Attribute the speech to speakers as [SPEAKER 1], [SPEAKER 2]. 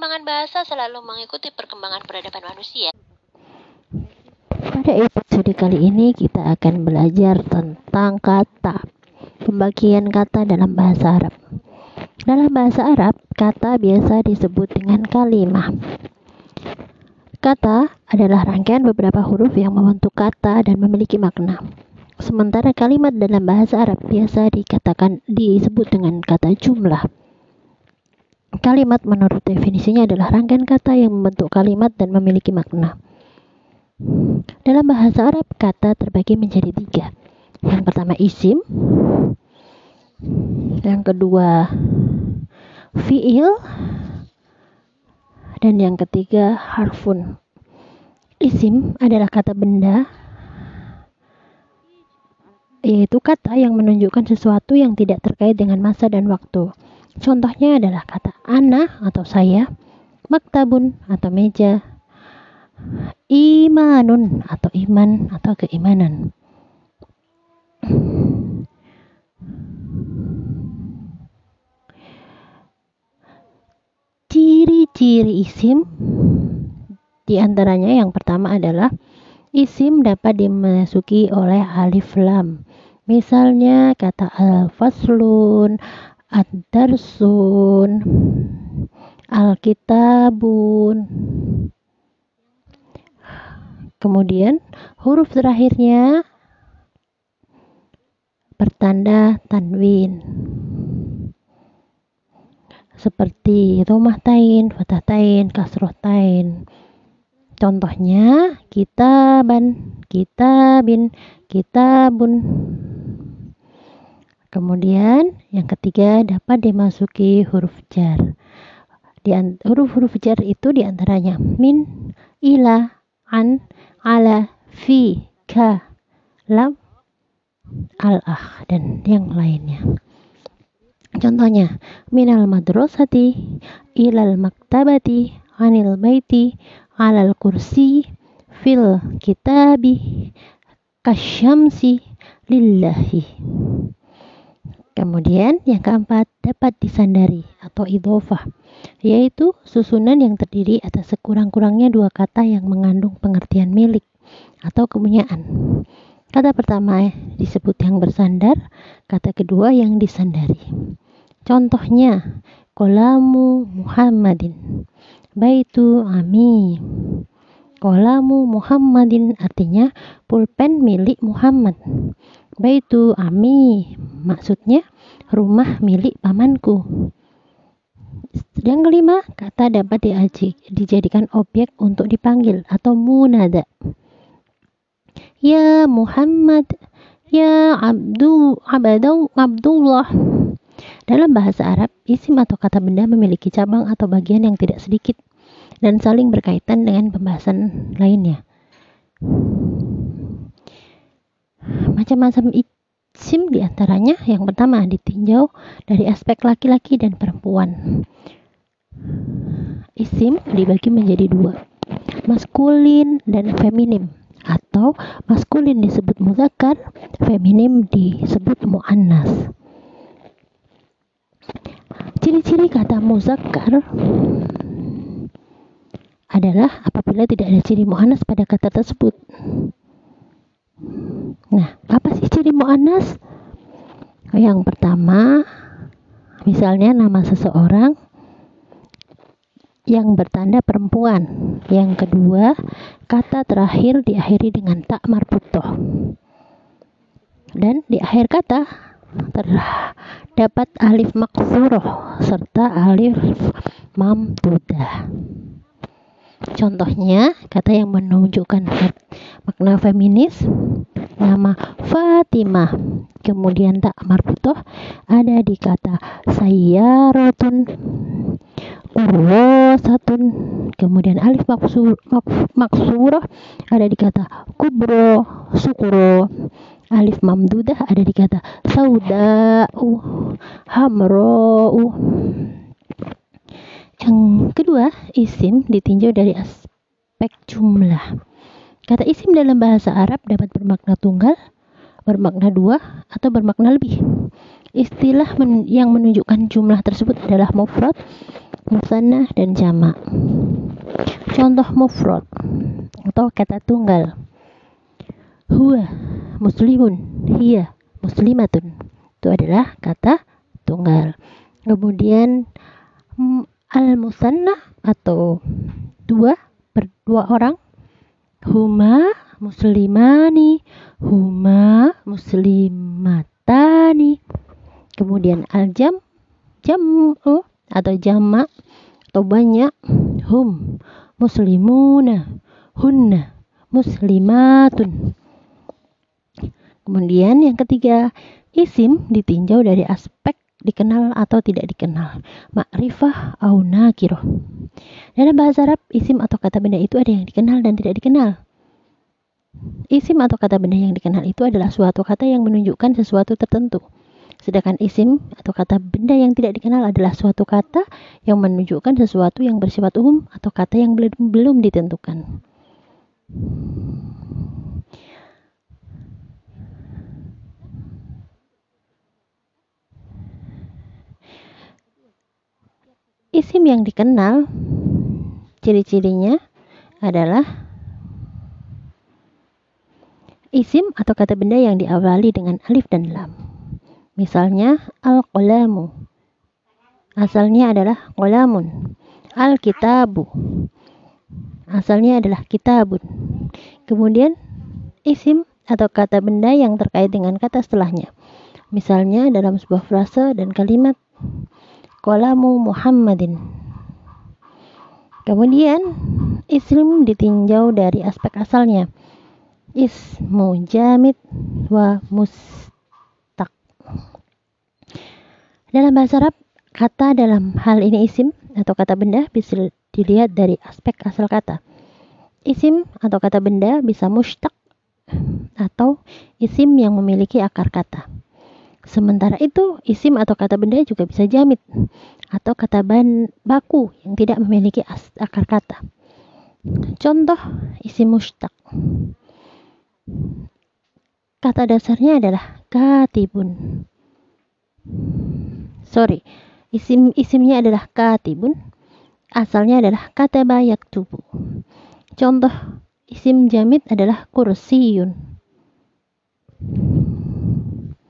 [SPEAKER 1] Perkembangan bahasa selalu mengikuti perkembangan peradaban manusia.
[SPEAKER 2] Pada episode kali ini kita akan belajar tentang kata, pembagian kata dalam bahasa Arab. Dalam bahasa Arab, kata biasa disebut dengan kalimah. Kata adalah rangkaian beberapa huruf yang membentuk kata dan memiliki makna. Sementara kalimat dalam bahasa Arab biasa disebut dengan kata jumlah. Kalimat menurut definisinya adalah rangkaian kata yang membentuk kalimat dan memiliki makna. Dalam bahasa Arab, kata terbagi menjadi 3. Yang pertama isim, yang kedua fi'il, dan yang ketiga harfun. Isim adalah kata benda, yaitu kata yang menunjukkan sesuatu yang tidak terkait dengan masa dan waktu. Contohnya adalah kata ana atau saya, maktabun atau meja, imanun atau iman atau keimanan. Ciri-ciri isim diantaranya yang pertama adalah isim dapat dimasuki oleh alif lam. Misalnya kata al-faslun, ad-darsun, al-kitabun. Kemudian huruf terakhirnya bertanda tanwin, seperti dhammatain, fathatain, kasrotain. Contohnya kitaban, kitabin, kitabun. Kemudian yang ketiga dapat dimasuki huruf jar. Huruf-huruf jar itu diantaranya min, ila, an, ala, fi, ka, lam, al-ah, dan yang lainnya. Contohnya minal madrasati, ilal maktabati, anil baiti, alal kursi, fil kitabi, kasyamsi, lillahi. Kemudian yang keempat dapat disandari atau idhofah, yaitu susunan yang terdiri atas sekurang-kurangnya 2 kata yang mengandung pengertian milik atau kepunyaan. Kata pertama disebut yang bersandar, kata kedua yang disandari. Contohnya qalamu Muhammadin, baitu ami. Qalamu Muhammadin artinya pulpen milik Muhammad. Baitu ami maksudnya rumah milik pamanku. Yang kelima, kata dapat dijadikan objek untuk dipanggil atau munada. Ya Muhammad, ya Abdullah. Dalam bahasa Arab, isim atau kata benda memiliki cabang atau bagian yang tidak sedikit dan saling berkaitan dengan pembahasan lainnya. Macam-macam isim diantaranya yang pertama ditinjau dari aspek laki-laki dan perempuan. Isim dibagi menjadi 2, maskulin dan feminim, atau maskulin disebut muzakkar, feminim disebut muannas. Ciri-ciri kata muzakkar adalah apabila tidak ada ciri muannas pada kata tersebut. Nah, apa sih ciri muannas? Yang pertama, misalnya nama seseorang yang bertanda perempuan. Yang kedua, kata terakhir diakhiri dengan ta marbutoh. Dan di akhir kata terdapat alif maksuroh serta alif mamdudah. Contohnya, kata yang menunjukkan makna feminis, nama Fatimah, kemudian tak marbutoh ada di kata sayyaratun, urwasatun, kemudian alif maksurah ada di kata kubro, sukuro, alif mamdudah ada di kata sauda'u, hamro'u. Yang kedua, isim ditinjau dari aspek jumlah. Kata isim dalam bahasa Arab dapat bermakna tunggal, bermakna 2, atau bermakna lebih. Istilah yang menunjukkan jumlah tersebut adalah mufrad, musanna, dan jamak. Contoh mufrad atau kata tunggal: huwa muslimun, hiya muslimatun. Itu adalah kata tunggal. Kemudian al-musanna atau dua orang: huma muslimani, huma muslimatani. Kemudian jam'u atau jamak atau banyak: hum muslimuna, hunna muslimatun. Kemudian yang ketiga, isim ditinjau dari aspek dikenal atau tidak dikenal, ma'rifah au nakiroh. Dalam bahasa Arab, isim atau kata benda itu ada yang dikenal dan tidak dikenal. Isim atau kata benda yang dikenal itu adalah suatu kata yang menunjukkan sesuatu tertentu. Sedangkan isim atau kata benda yang tidak dikenal adalah suatu kata yang menunjukkan sesuatu yang bersifat umum atau kata yang belum ditentukan. Isim yang dikenal, ciri-cirinya adalah isim atau kata benda yang diawali dengan alif dan lam. Misalnya, al-qalamu, asalnya adalah qalamun. Al-kitabu, asalnya adalah kitabun. Kemudian, isim atau kata benda yang terkait dengan kata setelahnya. Misalnya dalam sebuah frase dan kalimat, qalamu Muhammadin. Kemudian, isim ditinjau dari aspek asalnya. Ismu jamid wa mustaq. Dalam bahasa Arab, kata dalam hal ini isim atau kata benda bisa dilihat dari aspek asal kata. Isim atau kata benda bisa mustaq atau isim yang memiliki akar kata. Sementara itu, isim atau kata benda juga bisa jamid atau kata baku yang tidak memiliki akar kata. Contoh isim mustaq. Kata dasarnya adalah katibun. Isimnya adalah katibun. Asalnya adalah kataba yaktubu. Contoh isim jamid adalah kursiyun.